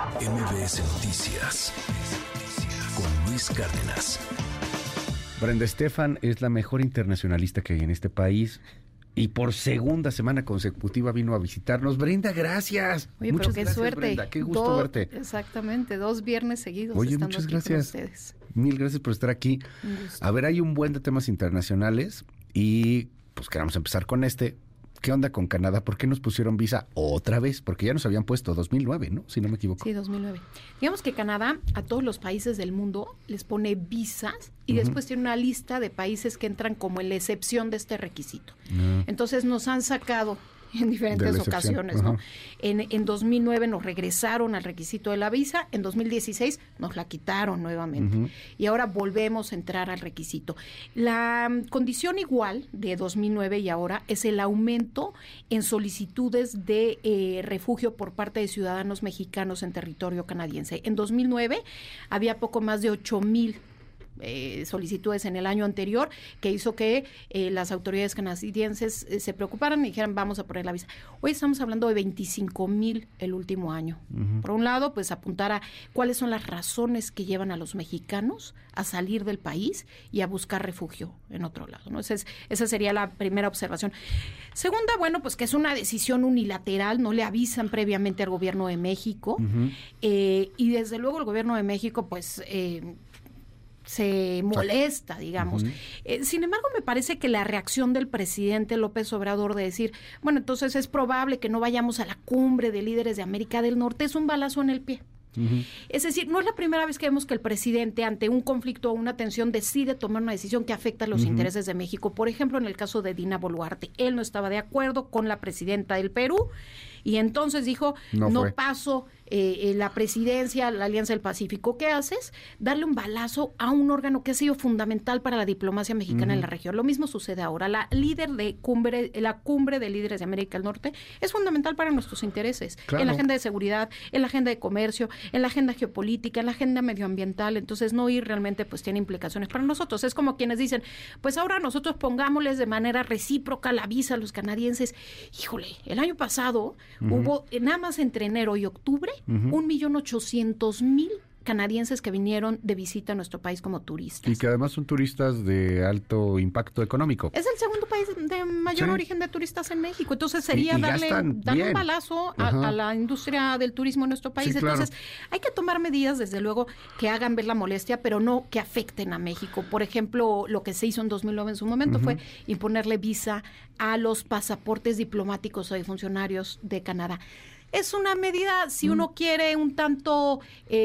MBS Noticias con Luis Cárdenas. Brenda Estefan es la mejor internacionalista que hay en este país y por segunda semana consecutiva vino a visitarnos. Brenda, gracias. Oye, muchas pero qué gracias, suerte. Brenda, qué gusto verte. Exactamente, 2 viernes seguidos. Oye, estando muchas aquí gracias. con ustedes. Mil gracias por estar aquí. Un gusto. A ver, hay un buen de temas internacionales y pues queremos empezar con este. ¿Qué onda con Canadá? ¿Por qué nos pusieron visa otra vez? Porque ya nos habían puesto 2009, ¿no? Si no me equivoco. Sí, 2009. Digamos que Canadá a todos los países del mundo les pone visas y después tiene una lista de países que entran como en la excepción de este requisito. Entonces nos han sacado en diferentes ocasiones, ¿no? En 2009 nos regresaron al requisito de la visa, en 2016 nos la quitaron nuevamente y ahora volvemos a entrar al requisito. La condición igual de 2009 y ahora es el aumento en solicitudes de refugio por parte de ciudadanos mexicanos en territorio canadiense. En 2009 había poco más de 8,000 solicitudes en el año anterior, que hizo que las autoridades canadienses se preocuparan y dijeran vamos a poner la visa. Hoy estamos hablando de 25,000 el último año. Por un lado, pues apuntar a cuáles son las razones que llevan a los mexicanos a salir del país y a buscar refugio en otro lado, ¿no? Esa sería la primera observación. Segunda, bueno, pues que es una decisión unilateral, no le avisan previamente al gobierno de México y desde luego el gobierno de México pues se molesta, digamos. Sin embargo, me parece que la reacción del presidente López Obrador de decir, bueno, entonces es probable que no vayamos a la cumbre de líderes de América del Norte, es un balazo en el pie. Es decir, no es la primera vez que vemos que el presidente ante un conflicto o una tensión decide tomar una decisión que afecta a los intereses de México. Por ejemplo, en el caso de Dina Boluarte, él no estaba de acuerdo con la presidenta del Perú y entonces dijo, no paso la presidencia, la Alianza del Pacífico. ¿Qué haces? Darle un balazo a un órgano que ha sido fundamental para la diplomacia mexicana en la región. Lo mismo sucede ahora. La cumbre de líderes de América del Norte es fundamental para nuestros intereses. Claro. En la agenda de seguridad, en la agenda de comercio, en la agenda geopolítica, en la agenda medioambiental. Entonces, no ir realmente pues tiene implicaciones para nosotros. Es como quienes dicen, pues ahora nosotros pongámosles de manera recíproca la visa a los canadienses. Híjole, el año pasado hubo, nada más entre enero y octubre, 1,800,000 canadienses que vinieron de visita a nuestro país como turistas. Y que además son turistas de alto impacto económico. Es el segundo país de mayor origen de turistas en México. Entonces sería darle un balazo a la industria del turismo en nuestro país. Entonces hay que tomar medidas, desde luego, que hagan ver la molestia, pero no que afecten a México. Por ejemplo, lo que se hizo en 2009 en su momento fue imponerle visa a los pasaportes diplomáticos o de funcionarios de Canadá. Es una medida, si uno quiere, un tanto,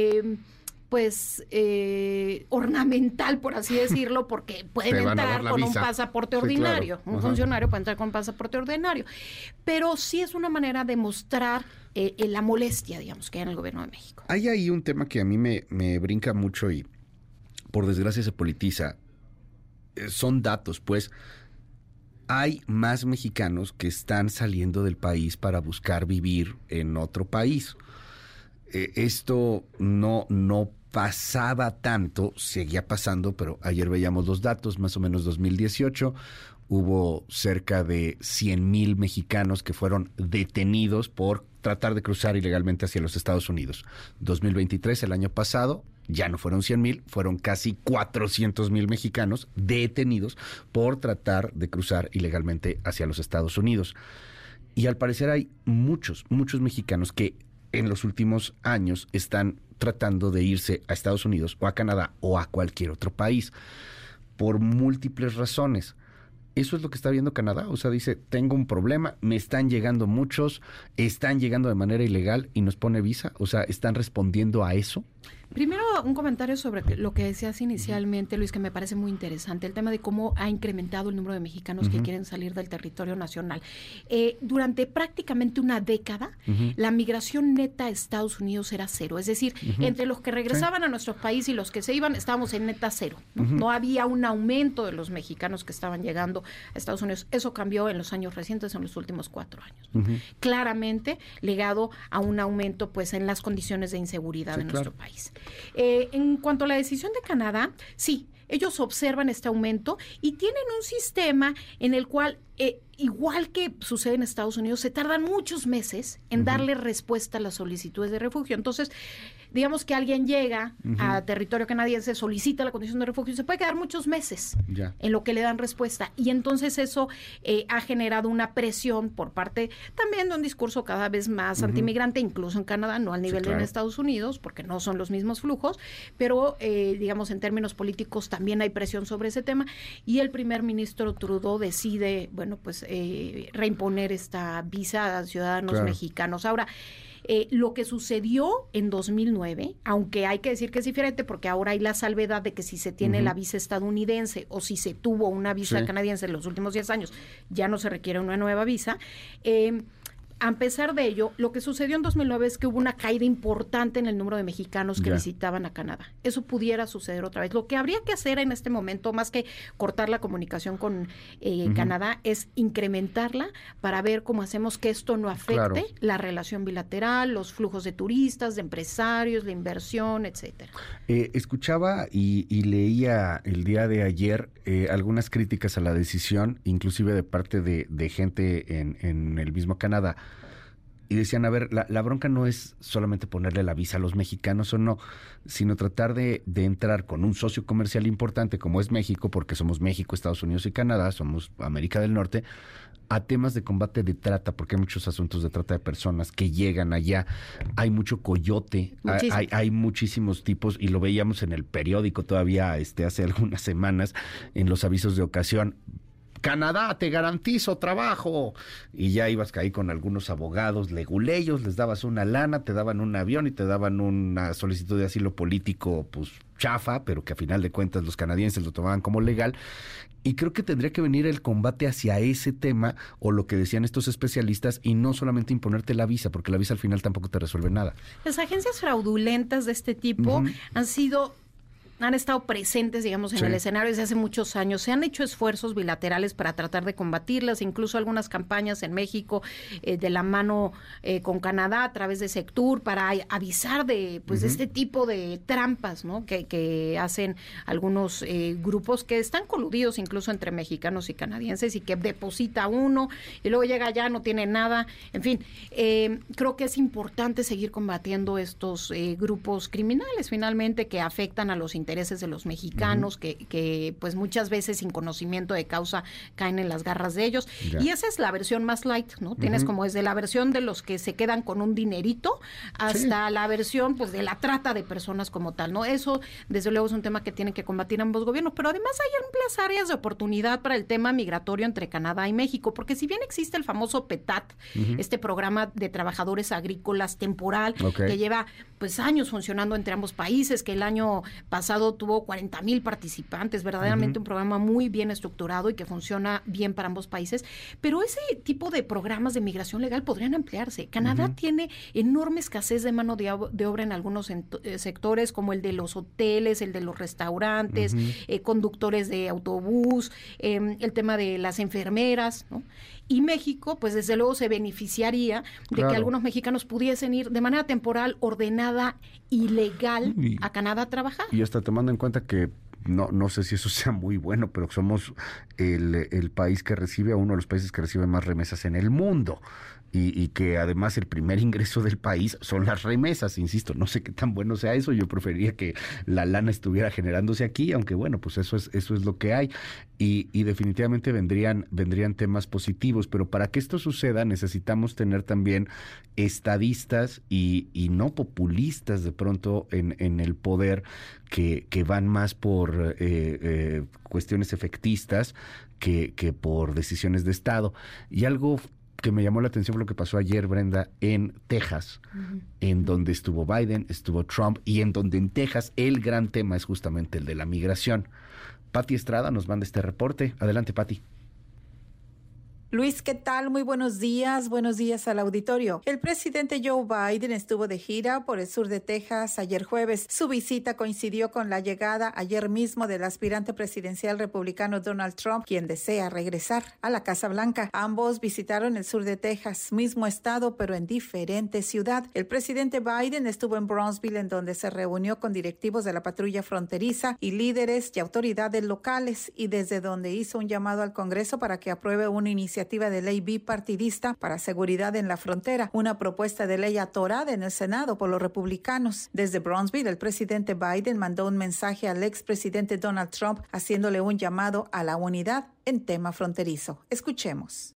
ornamental, por así decirlo, porque pueden entrar con un pasaporte ordinario. Un funcionario puede entrar con un pasaporte ordinario. Pero sí es una manera de mostrar la molestia, digamos, que hay en el gobierno de México. Hay ahí un tema que a mí me brinca mucho y, por desgracia, se politiza. Son datos, pues. Hay más mexicanos que están saliendo del país para buscar vivir en otro país. Esto no pasaba tanto, seguía pasando, pero ayer veíamos los datos, más o menos 2018, hubo cerca de 100,000 mexicanos que fueron detenidos por tratar de cruzar ilegalmente hacia los Estados Unidos. 2023, el año pasado, ya no fueron 100,000, fueron casi 400,000 mexicanos detenidos por tratar de cruzar ilegalmente hacia los Estados Unidos. Y al parecer hay muchos mexicanos que en los últimos años están tratando de irse a Estados Unidos o a Canadá o a cualquier otro país por múltiples razones. Eso es lo que está viendo Canadá. O sea, dice, tengo un problema, me están llegando muchos, están llegando de manera ilegal y nos pone visa. O sea, ¿están respondiendo a eso? Primero, un comentario sobre lo que decías inicialmente, Luis, que me parece muy interesante, el tema de cómo ha incrementado el número de mexicanos que quieren salir del territorio nacional. Durante prácticamente una década, la migración neta a Estados Unidos era cero. Es decir, entre los que regresaban a nuestro país y los que se iban, estábamos en neta cero. No había un aumento de los mexicanos que estaban llegando a Estados Unidos. Eso cambió en los años recientes, en los últimos 4 años. Claramente ligado a un aumento pues en las condiciones de inseguridad en nuestro país. En cuanto a la decisión de Canadá, sí, ellos observan este aumento y tienen un sistema en el cual igual que sucede en Estados Unidos, se tardan muchos meses en darle respuesta a las solicitudes de refugio. Entonces, digamos que alguien llega a territorio canadiense, solicita la condición de refugio y se puede quedar muchos meses en lo que le dan respuesta. Y entonces eso ha generado una presión por parte también de un discurso cada vez más antimigrante, incluso en Canadá, no al nivel de en Estados Unidos, porque no son los mismos flujos, pero digamos en términos políticos también hay presión sobre ese tema. Y el primer ministro Trudeau decide, bueno, pues reimponer esta visa a ciudadanos mexicanos. Ahora, lo que sucedió en 2009, aunque hay que decir que es diferente porque ahora hay la salvedad de que si se tiene la visa estadounidense o si se tuvo una visa canadiense en los últimos 10 años, ya no se requiere una nueva visa. A pesar de ello, lo que sucedió en 2009 es que hubo una caída importante en el número de mexicanos que visitaban a Canadá. Eso pudiera suceder otra vez. Lo que habría que hacer en este momento, más que cortar la comunicación con Canadá, es incrementarla para ver cómo hacemos que esto no afecte la relación bilateral, los flujos de turistas, de empresarios, la inversión, etcétera. Escuchaba y leía el día de ayer algunas críticas a la decisión, inclusive de parte de gente en el mismo Canadá. Y decían, a ver, la bronca no es solamente ponerle la visa a los mexicanos o no, sino tratar de entrar con un socio comercial importante como es México, porque somos México, Estados Unidos y Canadá, somos América del Norte, a temas de combate de trata, porque hay muchos asuntos de trata de personas que llegan allá, hay mucho coyote, hay muchísimos tipos, y lo veíamos en el periódico todavía hace algunas semanas, en los avisos de ocasión. Canadá, te garantizo trabajo. Y ya ibas ahí con algunos abogados leguleyos, les dabas una lana, te daban un avión y te daban una solicitud de asilo político, pues chafa, pero que a final de cuentas los canadienses lo tomaban como legal. Y creo que tendría que venir el combate hacia ese tema, o lo que decían estos especialistas, y no solamente imponerte la visa, porque la visa al final tampoco te resuelve nada. Las agencias fraudulentas de este tipo han estado presentes, digamos, en el escenario desde hace muchos años. Se han hecho esfuerzos bilaterales para tratar de combatirlas, incluso algunas campañas en México de la mano con Canadá a través de Sectur para avisar de este tipo de trampas, ¿no? que hacen algunos grupos que están coludidos incluso entre mexicanos y canadienses, y que deposita uno y luego llega allá, no tiene nada. En fin, creo que es importante seguir combatiendo estos grupos criminales finalmente que afectan a los intereses de los mexicanos, que pues muchas veces sin conocimiento de causa caen en las garras de ellos. Y esa es la versión más light, ¿no? Tienes como desde la versión de los que se quedan con un dinerito hasta la versión pues de la trata de personas como tal, ¿no? Eso desde luego es un tema que tienen que combatir ambos gobiernos, pero además hay amplias áreas de oportunidad para el tema migratorio entre Canadá y México, porque si bien existe el famoso PETAT, este programa de trabajadores agrícolas temporal, que lleva pues años funcionando entre ambos países, que el año pasado tuvo 40,000 participantes, verdaderamente un programa muy bien estructurado y que funciona bien para ambos países, pero ese tipo de programas de migración legal podrían ampliarse. Canadá tiene enorme escasez de mano de obra en algunos sectores, como el de los hoteles, el de los restaurantes, conductores de autobús, el tema de las enfermeras, ¿no? Y México, pues desde luego se beneficiaría de que algunos mexicanos pudiesen ir de manera temporal, ordenada y legal a Canadá a trabajar. Y hasta tomando en cuenta que no sé si eso sea muy bueno, pero somos el país que recibe, uno de los países que recibe más remesas en el mundo. Y que además el primer ingreso del país son las remesas, insisto, no sé qué tan bueno sea eso, yo preferiría que la lana estuviera generándose aquí, aunque bueno, pues eso es lo que hay, y definitivamente vendrían temas positivos, pero para que esto suceda necesitamos tener también estadistas y no populistas de pronto en el poder que van más por cuestiones efectistas que por decisiones de Estado. Y algo que me llamó la atención fue lo que pasó ayer, Brenda, en Texas, en donde estuvo Biden, estuvo Trump, y en donde en Texas el gran tema es justamente el de la migración. Pati Estrada nos manda este reporte. Adelante, Pati. Luis, ¿qué tal? Muy buenos días al auditorio. El presidente Joe Biden estuvo de gira por el sur de Texas ayer jueves. Su visita coincidió con la llegada ayer mismo del aspirante presidencial republicano Donald Trump, quien desea regresar a la Casa Blanca. Ambos visitaron el sur de Texas, mismo estado, pero en diferente ciudad. El presidente Biden estuvo en Brownsville, en donde se reunió con directivos de la patrulla fronteriza y líderes y autoridades locales, y desde donde hizo un llamado al Congreso para que apruebe una iniciativa iniciativa de ley bipartidista para seguridad en la frontera, una propuesta de ley atorada en el Senado por los republicanos. Desde Brownsville, el presidente Biden mandó un mensaje al expresidente Donald Trump haciéndole un llamado a la unidad en tema fronterizo. Escuchemos.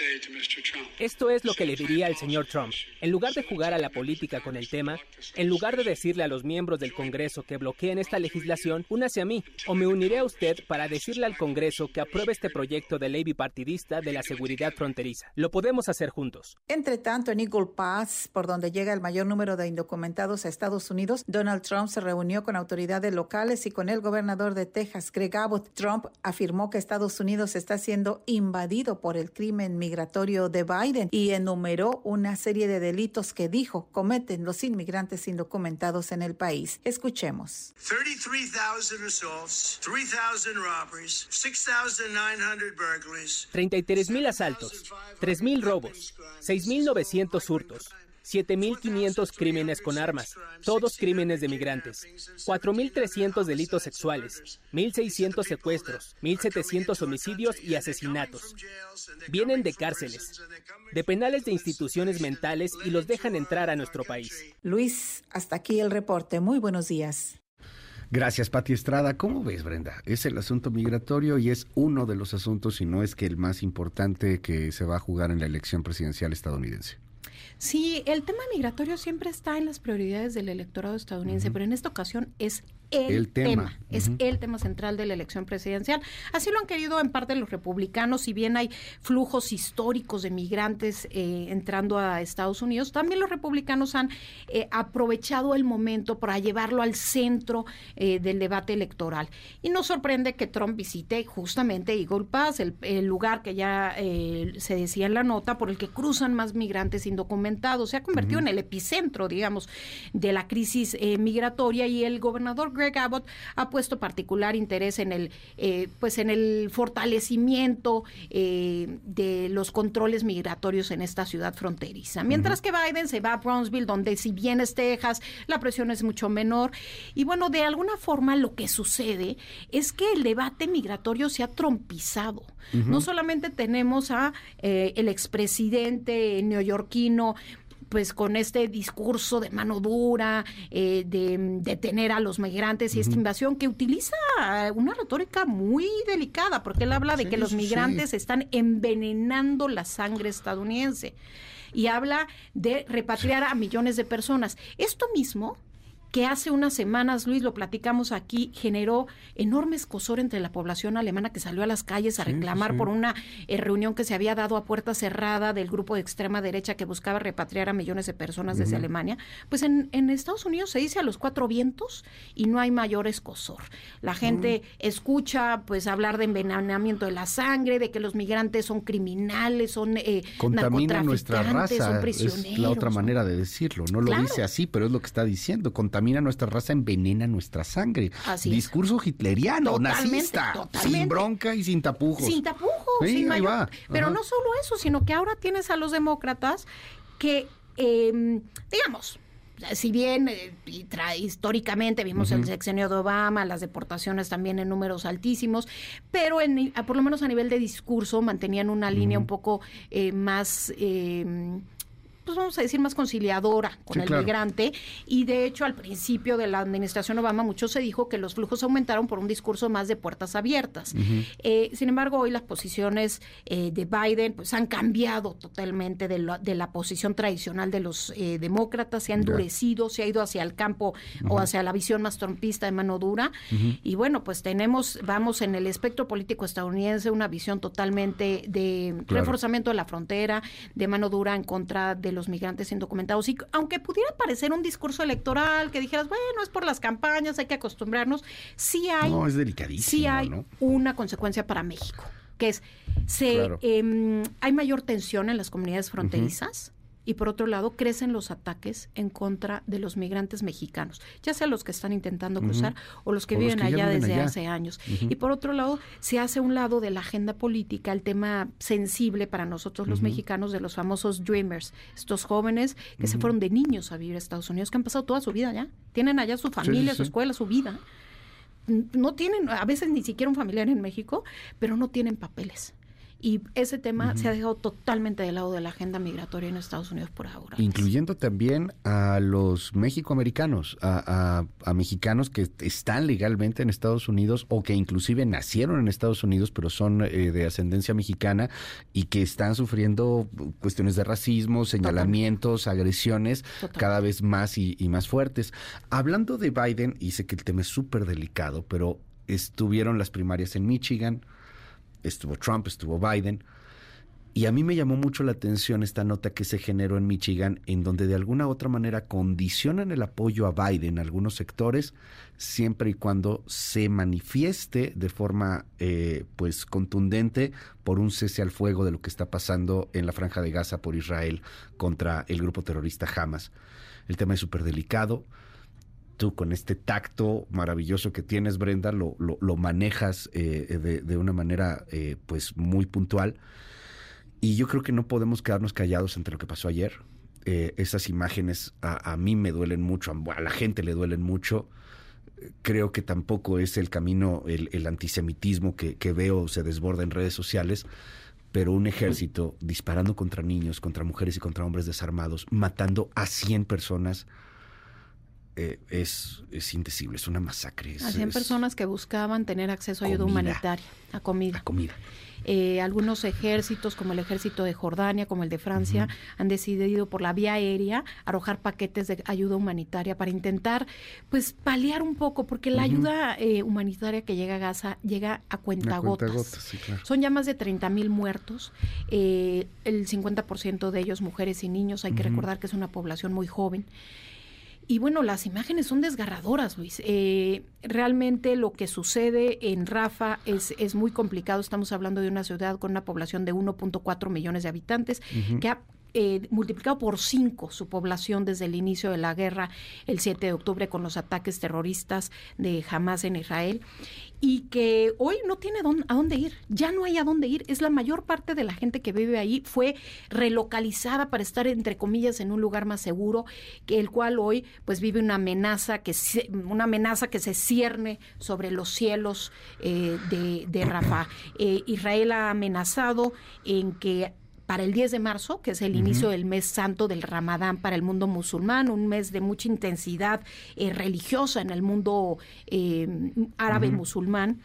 Esto es lo que le diría al señor Trump. En lugar de jugar a la política con el tema, en lugar de decirle a los miembros del Congreso que bloqueen esta legislación, únase a mí o me uniré a usted para decirle al Congreso que apruebe este proyecto de ley bipartidista de la seguridad fronteriza. Lo podemos hacer juntos. Entre tanto, en Eagle Pass, por donde llega el mayor número de indocumentados a Estados Unidos, Donald Trump se reunió con autoridades locales y con el gobernador de Texas, Greg Abbott. Trump afirmó que Estados Unidos está siendo invadido por el crimen migratorio de Biden y enumeró una serie de delitos que dijo cometen los inmigrantes indocumentados en el país. Escuchemos. 33,000 assaults, 3,000 robberies, 6,900 burglaries, 33,000 asaltos, 3,000 robos, 6,900 hurtos, 7,500 crímenes con armas, todos crímenes de migrantes, 4,300 delitos sexuales, 1,600 secuestros, 1,700 homicidios y asesinatos. Vienen de cárceles, de penales de instituciones mentales y los dejan entrar a nuestro país. Luis, hasta aquí el reporte. Muy buenos días. Gracias, Pati Estrada. ¿Cómo ves, Brenda? Es el asunto migratorio y es uno de los asuntos, si no es que el más importante que se va a jugar en la elección presidencial estadounidense. Sí, el tema migratorio siempre está en las prioridades del electorado estadounidense, pero en esta ocasión es el tema. Es el tema central de la elección presidencial. Así lo han querido en parte los republicanos, si bien hay flujos históricos de migrantes entrando a Estados Unidos, también los republicanos han aprovechado el momento para llevarlo al centro del debate electoral. Y no sorprende que Trump visite justamente Eagle Pass, el lugar que ya se decía en la nota, por el que cruzan más migrantes indocumentados. Se ha convertido en el epicentro, digamos, de la crisis migratoria, y el gobernador Greg Abbott ha puesto particular interés en el fortalecimiento de los controles migratorios en esta ciudad fronteriza. Mientras que Biden se va a Brownsville, donde si bien es Texas, la presión es mucho menor. Y bueno, de alguna forma lo que sucede es que el debate migratorio se ha trumpizado. No solamente tenemos a el expresidente neoyorquino pues con este discurso de mano dura, de detener a los migrantes y esta invasión, que utiliza una retórica muy delicada, porque él habla de que los migrantes están envenenando la sangre estadounidense y habla de repatriar a millones de personas. Esto mismo, que hace unas semanas, Luis, lo platicamos aquí, generó enorme escozor entre la población alemana que salió a las calles a reclamar por una reunión que se había dado a puerta cerrada del grupo de extrema derecha que buscaba repatriar a millones de personas desde Alemania. Pues en Estados Unidos se dice a los cuatro vientos y no hay mayor escozor. La gente escucha pues hablar de envenenamiento de la sangre, de que los migrantes son criminales, son contamina nuestra raza, son prisioneros. Es la otra manera de decirlo. No lo dice así, pero es lo que está diciendo. Contamina nuestra raza, envenena nuestra sangre. Así discurso hitleriano, nazista, totalmente. Sin bronca y sin tapujos. Sin tapujos, sí, sin ahí mayor. Va. Pero no solo eso, sino que ahora tienes a los demócratas que, digamos, si bien históricamente vimos el sexenio de Obama, las deportaciones también en números altísimos, pero por lo menos a nivel de discurso mantenían una línea un poco más pues vamos a decir, más conciliadora con el migrante, y de hecho al principio de la administración Obama mucho se dijo que los flujos aumentaron por un discurso más de puertas abiertas. Sin embargo, hoy las posiciones de Biden pues han cambiado totalmente de la posición tradicional de los demócratas, se ha endurecido, se ha ido hacia el campo o hacia la visión más trumpista de mano dura, y bueno, pues vamos en el espectro político estadounidense una visión totalmente de reforzamiento de la frontera, de mano dura en contra de los migrantes indocumentados. Y aunque pudiera parecer un discurso electoral que dijeras, bueno, es por las campañas, hay que acostumbrarnos, sí hay, es delicadísimo, sí hay una consecuencia para México, que es hay mayor tensión en las comunidades fronterizas. Y por otro lado, crecen los ataques en contra de los migrantes mexicanos, ya sea los que están intentando cruzar o los que viven allá desde hace años. Y por otro lado, se hace a un lado de la agenda política el tema sensible para nosotros los mexicanos de los famosos Dreamers, estos jóvenes que se fueron de niños a vivir a Estados Unidos, que han pasado toda su vida allá, tienen allá su familia, su escuela, su vida. No tienen, a veces ni siquiera un familiar en México, pero no tienen papeles. Y ese tema se ha dejado totalmente de lado de la agenda migratoria en Estados Unidos por ahora. Incluyendo también a los mexicoamericanos, a mexicanos que están legalmente en Estados Unidos o que inclusive nacieron en Estados Unidos pero son de ascendencia mexicana y que están sufriendo cuestiones de racismo, señalamientos, agresiones cada vez más y más fuertes. Hablando de Biden, y sé que el tema es súper delicado, pero estuvieron las primarias en Michigan, estuvo Trump, estuvo Biden, y a mí me llamó mucho la atención esta nota que se generó en Michigan, en donde de alguna u otra manera condicionan el apoyo a Biden a algunos sectores, siempre y cuando se manifieste de forma pues contundente por un cese al fuego de lo que está pasando en la Franja de Gaza por Israel contra el grupo terrorista Hamas. El tema es súper delicado. Tú con este tacto maravilloso que tienes, Brenda, lo manejas de una manera pues muy puntual. Y yo creo que no podemos quedarnos callados ante lo que pasó ayer. Esas imágenes a mí me duelen mucho, a la gente le duelen mucho. Creo que tampoco es el camino, el antisemitismo que veo se desborda en redes sociales, pero un ejército disparando contra niños, contra mujeres y contra hombres desarmados, matando a 100 personas, es indecible, es una masacre. A 100 personas que buscaban tener acceso a ayuda humanitaria, a comida. Algunos ejércitos, como el ejército de Jordania, como el de Francia, han decidido por la vía aérea arrojar paquetes de ayuda humanitaria para intentar, pues, paliar un poco, porque la ayuda humanitaria que llega a Gaza llega a cuentagotas. Sí, claro. Son ya más de 30,000 muertos, el 50% de ellos mujeres y niños. Hay que recordar que es una población muy joven. Y bueno, las imágenes son desgarradoras, Luis. Realmente lo que sucede en Rafah es muy complicado. Estamos hablando de una ciudad con una población de 1.4 millones de habitantes, que ha multiplicado por 5 su población desde el inicio de la guerra el 7 de octubre con los ataques terroristas de Hamas en Israel, y que hoy no tiene a dónde ir, ya no hay a dónde ir. Es la mayor parte de la gente que vive ahí fue relocalizada para estar, entre comillas, en un lugar más seguro, que el cual hoy pues vive una amenaza que se cierne sobre los cielos de Rafah. Israel ha amenazado en que para el 10 de marzo, que es el inicio del mes santo del Ramadán para el mundo musulmán, un mes de mucha intensidad religiosa en el mundo árabe musulmán,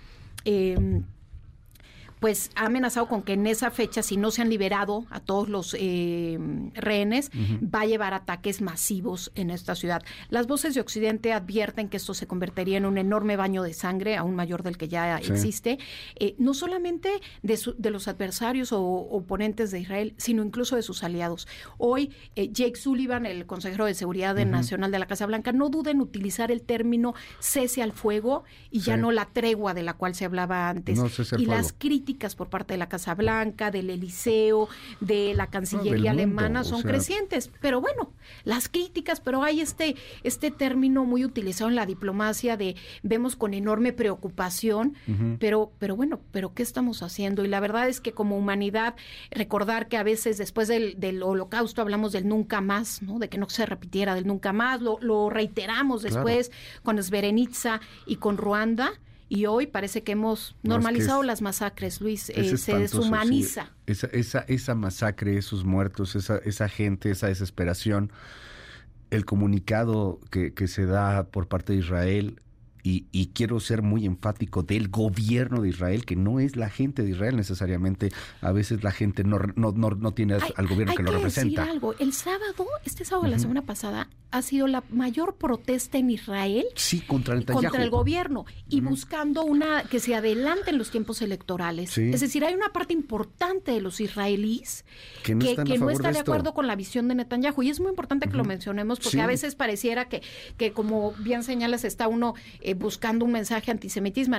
pues ha amenazado con que en esa fecha, si no se han liberado a todos los rehenes, va a llevar ataques masivos en esta ciudad. Las voces de Occidente advierten que esto se convertiría en un enorme baño de sangre, aún mayor del que ya existe, no solamente de los adversarios o oponentes de Israel, sino incluso de sus aliados. Hoy, Jake Sullivan, el consejero de Seguridad Nacional de la Casa Blanca, no duda en utilizar el término cese al fuego y ya no la tregua de la cual se hablaba antes. No, cese al fuego. Las críticas por parte de la Casa Blanca, del Eliseo, de la Cancillería alemana son crecientes. Pero bueno, las críticas, pero hay este término muy utilizado en la diplomacia de vemos con enorme preocupación, pero bueno, pero ¿qué estamos haciendo? Y la verdad es que como humanidad, recordar que a veces después del Holocausto hablamos del nunca más, ¿no? De que no se repitiera del nunca más, lo reiteramos después con Srebrenica y con Ruanda. Y hoy parece que hemos normalizado las masacres, Luis, se deshumaniza. Sí. Esa masacre, esos muertos, esa gente, esa desesperación, el comunicado que se da por parte de Israel, y quiero ser muy enfático del gobierno de Israel, que no es la gente de Israel necesariamente, a veces la gente no tiene al gobierno que lo representa. Decir algo. Este sábado de la semana pasada, ha sido la mayor protesta en Israel contra el gobierno y buscando que se adelanten los tiempos electorales. Es decir, hay una parte importante de los israelíes que no está de acuerdo con la visión de Netanyahu, y es muy importante que lo mencionemos porque a veces pareciera que como bien señalas, está uno buscando un mensaje antisemitista,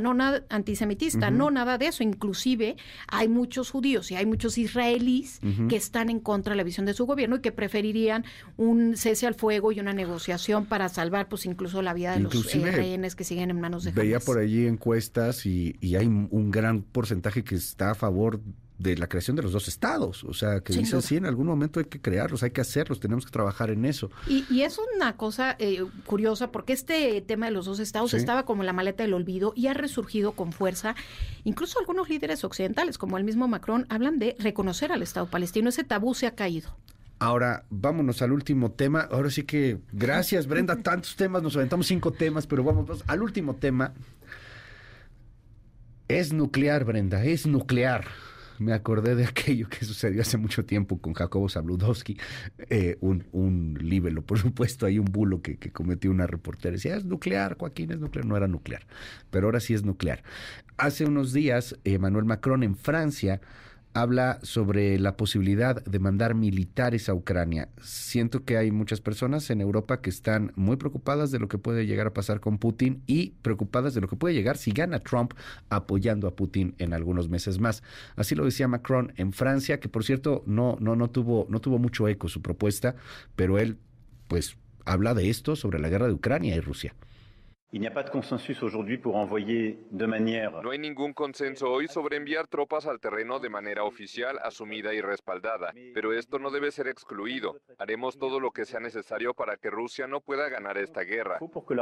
nada de eso. Inclusive hay muchos judíos y hay muchos israelíes que están en contra de la visión de su gobierno y que preferirían un cese al fuego y una negociación para salvar pues incluso la vida de los rehenes que siguen en manos de Hamas. Veía por allí encuestas y hay un gran porcentaje que está a favor de la creación de los dos estados. O sea, que dice, sí, en algún momento hay que crearlos, hay que hacerlos, tenemos que trabajar en eso. Y es una cosa curiosa, porque este tema de los dos estados estaba como en la maleta del olvido y ha resurgido con fuerza. Incluso algunos líderes occidentales, como el mismo Macron, hablan de reconocer al Estado palestino. Ese tabú se ha caído. Ahora, vámonos al último tema. Ahora sí que, gracias, Brenda, tantos temas, nos aventamos 5 temas, pero vamos al último tema. Es nuclear, Brenda, es nuclear. Me acordé de aquello que sucedió hace mucho tiempo con Jacobo Zabludowski, un líbelo, por supuesto, hay un bulo que cometió una reportera. Decía, es nuclear, Joaquín, es nuclear. No era nuclear, pero ahora sí es nuclear. Hace unos días, Emmanuel Macron en Francia habla sobre la posibilidad de mandar militares a Ucrania. Siento que hay muchas personas en Europa que están muy preocupadas de lo que puede llegar a pasar con Putin y preocupadas de lo que puede llegar si gana Trump apoyando a Putin en algunos meses más. Así lo decía Macron en Francia, que por cierto no tuvo mucho eco su propuesta, pero él pues habla de esto sobre la guerra de Ucrania y Rusia. No hay ningún consenso hoy sobre enviar tropas al terreno de manera oficial, asumida y respaldada, pero esto no debe ser excluido. Haremos todo lo que sea necesario para que Rusia no pueda ganar esta guerra.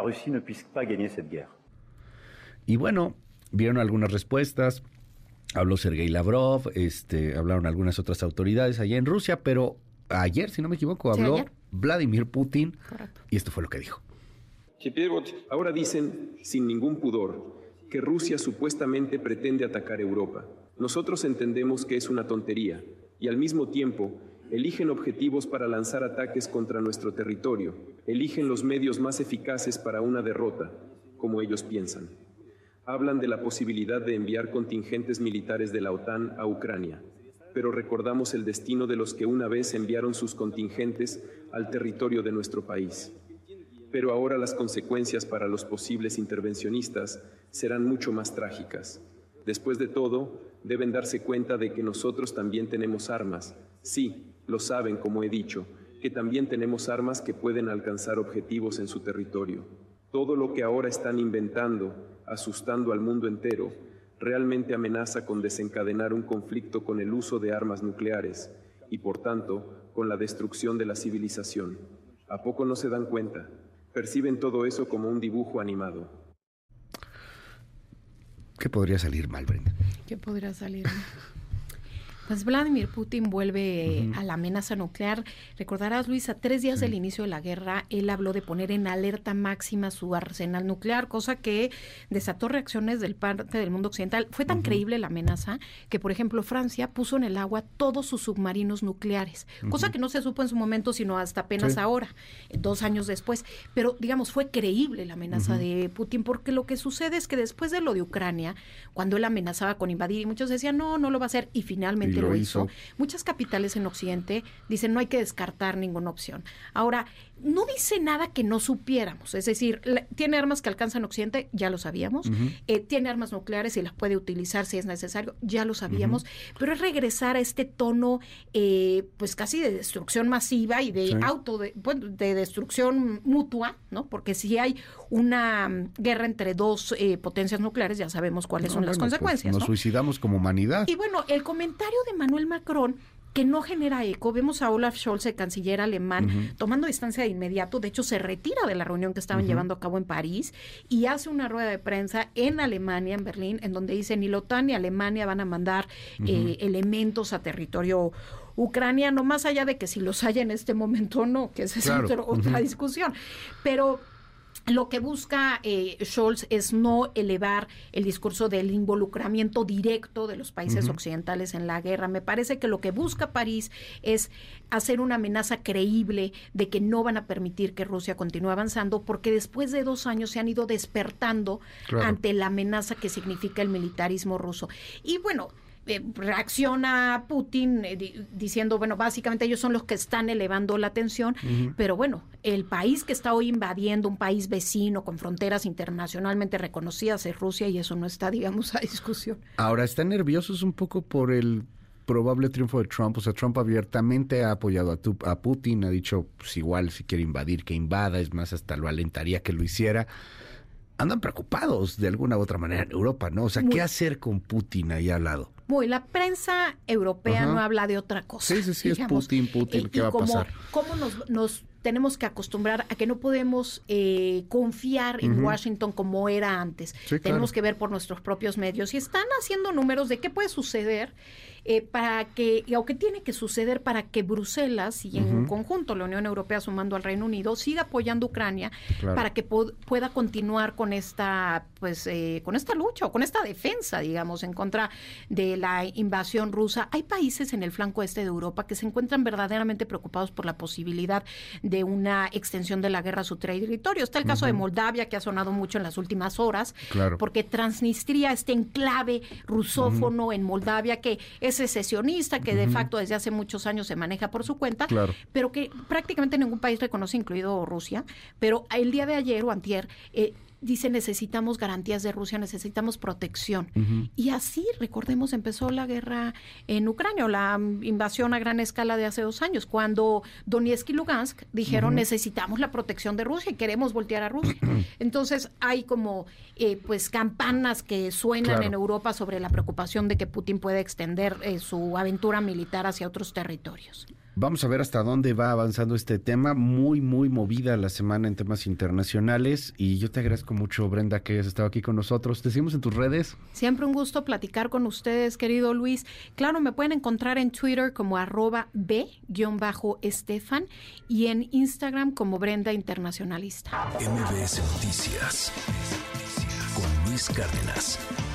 Y bueno, vieron algunas respuestas, habló Sergei Lavrov, hablaron algunas otras autoridades allá en Rusia, pero ayer, si no me equivoco, habló Vladimir Putin. Correcto. Y esto fue lo que dijo. Ahora dicen, sin ningún pudor, que Rusia supuestamente pretende atacar Europa. Nosotros entendemos que es una tontería y al mismo tiempo eligen objetivos para lanzar ataques contra nuestro territorio, eligen los medios más eficaces para una derrota, como ellos piensan. Hablan de la posibilidad de enviar contingentes militares de la OTAN a Ucrania, pero recordamos el destino de los que una vez enviaron sus contingentes al territorio de nuestro país. Pero ahora las consecuencias para los posibles intervencionistas serán mucho más trágicas. Después de todo, deben darse cuenta de que nosotros también tenemos armas. Sí, lo saben, como he dicho, que también tenemos armas que pueden alcanzar objetivos en su territorio. Todo lo que ahora están inventando, asustando al mundo entero, realmente amenaza con desencadenar un conflicto con el uso de armas nucleares y, por tanto, con la destrucción de la civilización. ¿A poco no se dan cuenta? Perciben todo eso como un dibujo animado. ¿Qué podría salir mal, Brenda? ¿Qué podría salir mal? Pues Vladimir Putin vuelve a la amenaza nuclear. Recordarás, Luis, a 3 días del inicio de la guerra, él habló de poner en alerta máxima su arsenal nuclear, cosa que desató reacciones del parte del mundo occidental. Fue tan creíble la amenaza que, por ejemplo, Francia puso en el agua todos sus submarinos nucleares, cosa que no se supo en su momento, sino hasta apenas ahora, 2 años después. Pero, digamos, fue creíble la amenaza de Putin, porque lo que sucede es que después de lo de Ucrania, cuando él amenazaba con invadir, y muchos decían, no lo va a hacer, y finalmente lo hizo. Muchas capitales en Occidente dicen no hay que descartar ninguna opción. Ahora, no dice nada que no supiéramos, es decir, tiene armas que alcanzan Occidente, ya lo sabíamos, tiene armas nucleares y las puede utilizar si es necesario, ya lo sabíamos, pero es regresar a este tono pues casi de destrucción masiva y de de destrucción mutua, ¿no? Porque si hay una guerra entre 2 potencias nucleares, ya sabemos cuáles son las consecuencias. Pues nos suicidamos como humanidad. Y bueno, el comentario de Emmanuel Macron, que no genera eco. Vemos a Olaf Scholz, el canciller alemán, tomando distancia de inmediato. De hecho, se retira de la reunión que estaban llevando a cabo en París y hace una rueda de prensa en Alemania, en Berlín, en donde dice ni la OTAN ni Alemania van a mandar elementos a territorio ucraniano, más allá de que si los haya en este momento o no, que esa es otra discusión. Pero lo que busca Scholz es no elevar el discurso del involucramiento directo de los países occidentales en la guerra. Me parece que lo que busca París es hacer una amenaza creíble de que no van a permitir que Rusia continúe avanzando, porque después de 2 años se han ido despertando ante la amenaza que significa el militarismo ruso. Y bueno, reacciona Putin diciendo, bueno, básicamente ellos son los que están elevando la tensión, pero bueno, el país que está hoy invadiendo, un país vecino con fronteras internacionalmente reconocidas, es Rusia, y eso no está, digamos, a discusión. Ahora, están nerviosos un poco por el probable triunfo de Trump. O sea, Trump abiertamente ha apoyado a Putin, ha dicho, pues igual si quiere invadir, que invada, es más, hasta lo alentaría que lo hiciera. andan preocupados de alguna u otra manera en Europa, ¿no? O sea, ¿qué hacer con Putin ahí al lado? La prensa europea no habla de otra cosa. Sí, digamos. Es Putin, ¿qué va a pasar? ¿Cómo nos tenemos que acostumbrar a que no podemos confiar en Washington como era antes? Sí, tenemos que ver por nuestros propios medios y están haciendo números de qué puede suceder para que, o qué tiene que suceder para que Bruselas y en conjunto la Unión Europea sumando al Reino Unido siga apoyando a Ucrania para que pueda continuar con esta con esta lucha o con esta defensa, digamos, en contra de la invasión rusa. Hay países en el flanco este de Europa que se encuentran verdaderamente preocupados por la posibilidad de una extensión de la guerra a su territorio. Está el caso de Moldavia, que ha sonado mucho en las últimas horas, porque Transnistria, este enclave rusófono en Moldavia, que es secesionista, que de facto desde hace muchos años se maneja por su cuenta, pero que prácticamente ningún país reconoce, incluido Rusia. Pero el día de ayer o antier, dice, necesitamos garantías de Rusia, necesitamos protección. Y así, recordemos, empezó la guerra en Ucrania, o la invasión a gran escala de hace 2 años, cuando Donetsk y Lugansk dijeron, necesitamos la protección de Rusia y queremos voltear a Rusia. Entonces, hay como campanas que suenan en Europa sobre la preocupación de que Putin puede extender su aventura militar hacia otros territorios. Vamos a ver hasta dónde va avanzando este tema. Muy, muy movida la semana en temas internacionales. Y yo te agradezco mucho, Brenda, que hayas estado aquí con nosotros. ¿Te seguimos en tus redes? Siempre un gusto platicar con ustedes, querido Luis. Claro, me pueden encontrar en Twitter como @b_Estefan y en Instagram como Brenda Internacionalista. MBS Noticias con Luis Cárdenas.